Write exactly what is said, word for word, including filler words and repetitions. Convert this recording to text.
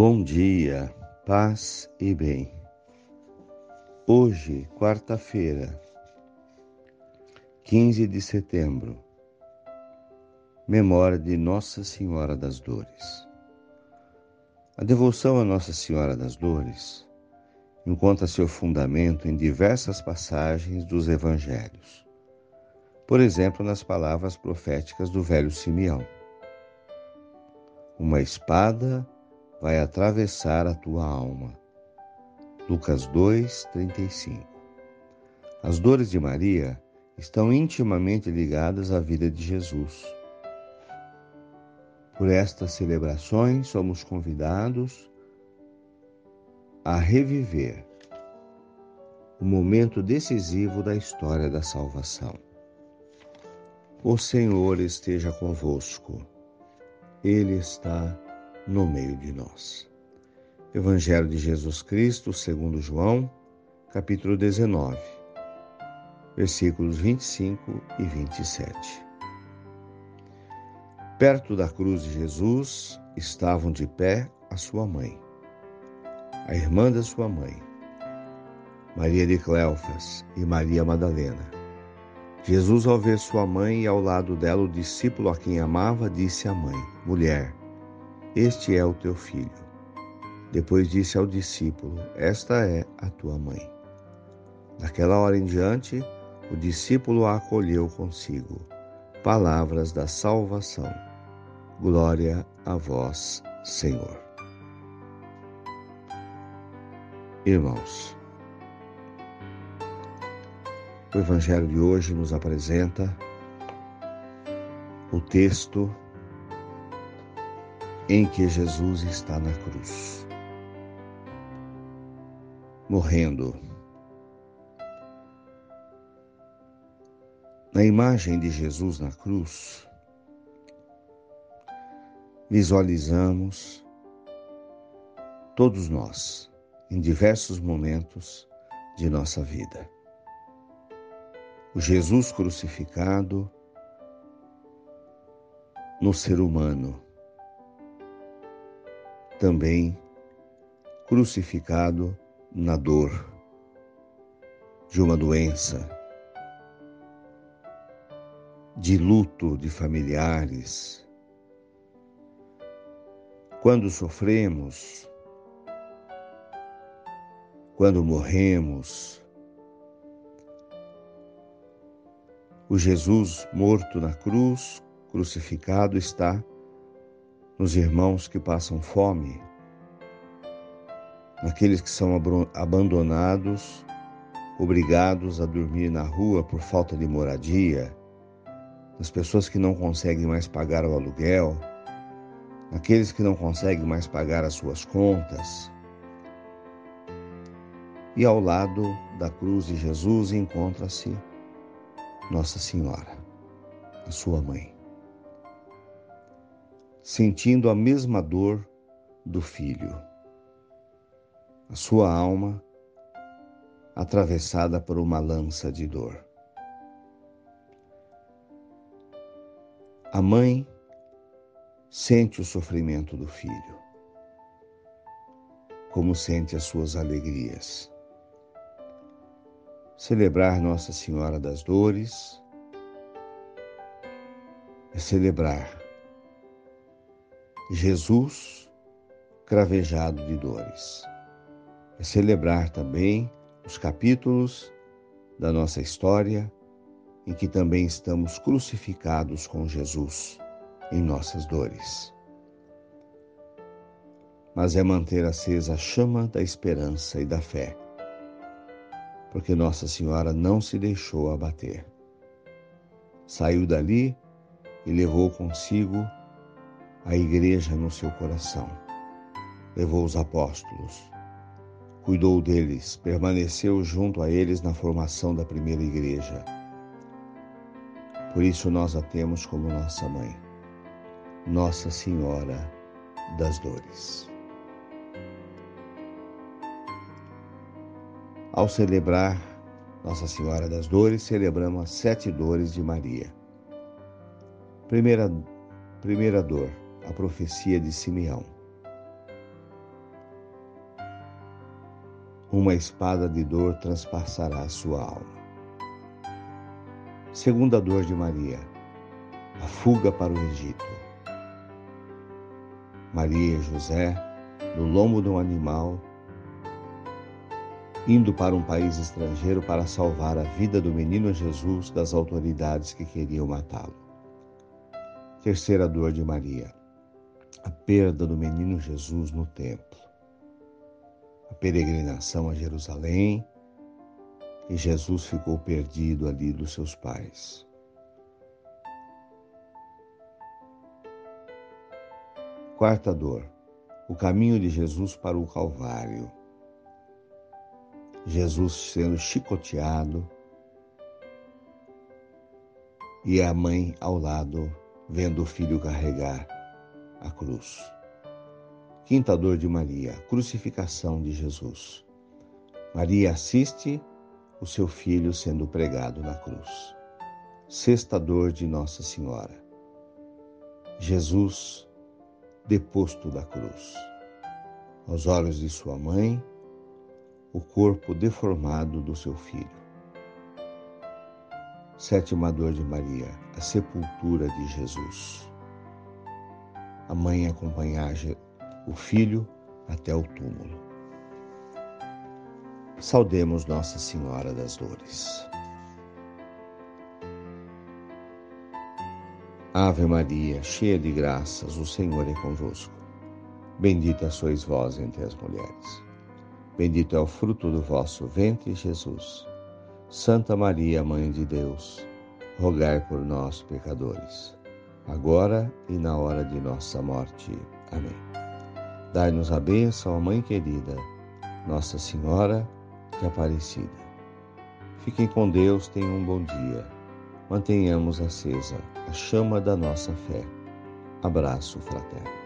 Bom dia, paz e bem. Hoje, quarta-feira, quinze de setembro, memória de Nossa Senhora das Dores. A devoção a Nossa Senhora das Dores encontra seu fundamento em diversas passagens dos Evangelhos. Por exemplo, nas palavras proféticas do velho Simeão: uma espada vai atravessar a tua alma. Lucas dois, trinta e cinco. As dores de Maria estão intimamente ligadas à vida de Jesus. Por estas celebrações, somos convidados a reviver o momento decisivo da história da salvação. O Senhor esteja convosco. Ele está no meio de nós. Evangelho de Jesus Cristo, segundo João, capítulo dezenove, versículos vinte e cinco e vinte e sete. Perto da cruz de Jesus estavam de pé a sua mãe, a irmã da sua mãe, Maria de Cleofas e Maria Madalena. Jesus, ao ver sua mãe e ao lado dela o discípulo a quem amava, disse à mãe: Mulher, este é o teu filho. Depois disse ao discípulo: Esta é a tua mãe. Daquela hora em diante, o discípulo a acolheu consigo. Palavras da salvação. Glória a vós, Senhor. Irmãos, o Evangelho de hoje nos apresenta o texto em que Jesus está na cruz, morrendo. Na imagem de Jesus na cruz, visualizamos todos nós em diversos momentos de nossa vida. O Jesus crucificado no ser humano, também crucificado na dor de uma doença, de luto de familiares. Quando sofremos, quando morremos, o Jesus morto na cruz, crucificado, está nos irmãos que passam fome, naqueles que são abandonados, obrigados a dormir na rua por falta de moradia, nas pessoas que não conseguem mais pagar o aluguel, naqueles que não conseguem mais pagar as suas contas. E ao lado da cruz de Jesus encontra-se Nossa Senhora, a sua mãe, sentindo a mesma dor do filho, a sua alma atravessada por uma lança de dor. A mãe sente o sofrimento do filho, como sente as suas alegrias. Celebrar Nossa Senhora das Dores é celebrar Jesus cravejado de dores. É celebrar também os capítulos da nossa história em que também estamos crucificados com Jesus em nossas dores. Mas é manter acesa a chama da esperança e da fé, porque Nossa Senhora não se deixou abater. Saiu dali e levou consigo a igreja no seu coração. Levou os apóstolos, cuidou deles, permaneceu junto a eles na formação da primeira igreja. Por isso nós a temos como nossa mãe, Nossa Senhora das Dores. Ao celebrar Nossa Senhora das Dores, celebramos as sete dores de Maria. Primeira, primeira dor, a profecia de Simeão. uma espada de dor transpassará a sua alma. Segunda dor de Maria, a fuga para o Egito. Maria e José, no lombo de um animal, indo para um país estrangeiro para salvar a vida do menino Jesus das autoridades que queriam matá-lo. Terceira dor de Maria, a perda do menino Jesus no templo. A peregrinação a Jerusalém, e Jesus ficou perdido ali dos seus pais. Quarta dor, o caminho de Jesus para o Calvário. Jesus sendo chicoteado e a mãe ao lado, vendo o filho carregar a cruz. Quinta dor de Maria, crucificação de Jesus. Maria assiste o seu filho sendo pregado na cruz. Sexta dor de Nossa Senhora, Jesus deposto da cruz. Aos olhos de sua mãe, o corpo deformado do seu filho. Sétima dor de Maria, a sepultura de Jesus. A mãe acompanhar o filho até o túmulo. Saudemos Nossa Senhora das Dores. Ave Maria, cheia de graças, o Senhor é convosco. Bendita sois vós entre as mulheres. Bendito é o fruto do vosso ventre, Jesus. Santa Maria, Mãe de Deus, rogai por nós, pecadores, agora e na hora de nossa morte. Amém. Dai-nos a bênção, ó Mãe querida, Nossa Senhora de Aparecida. Fiquem com Deus, tenham um bom dia. Mantenhamos acesa a chama da nossa fé. Abraço fraterno.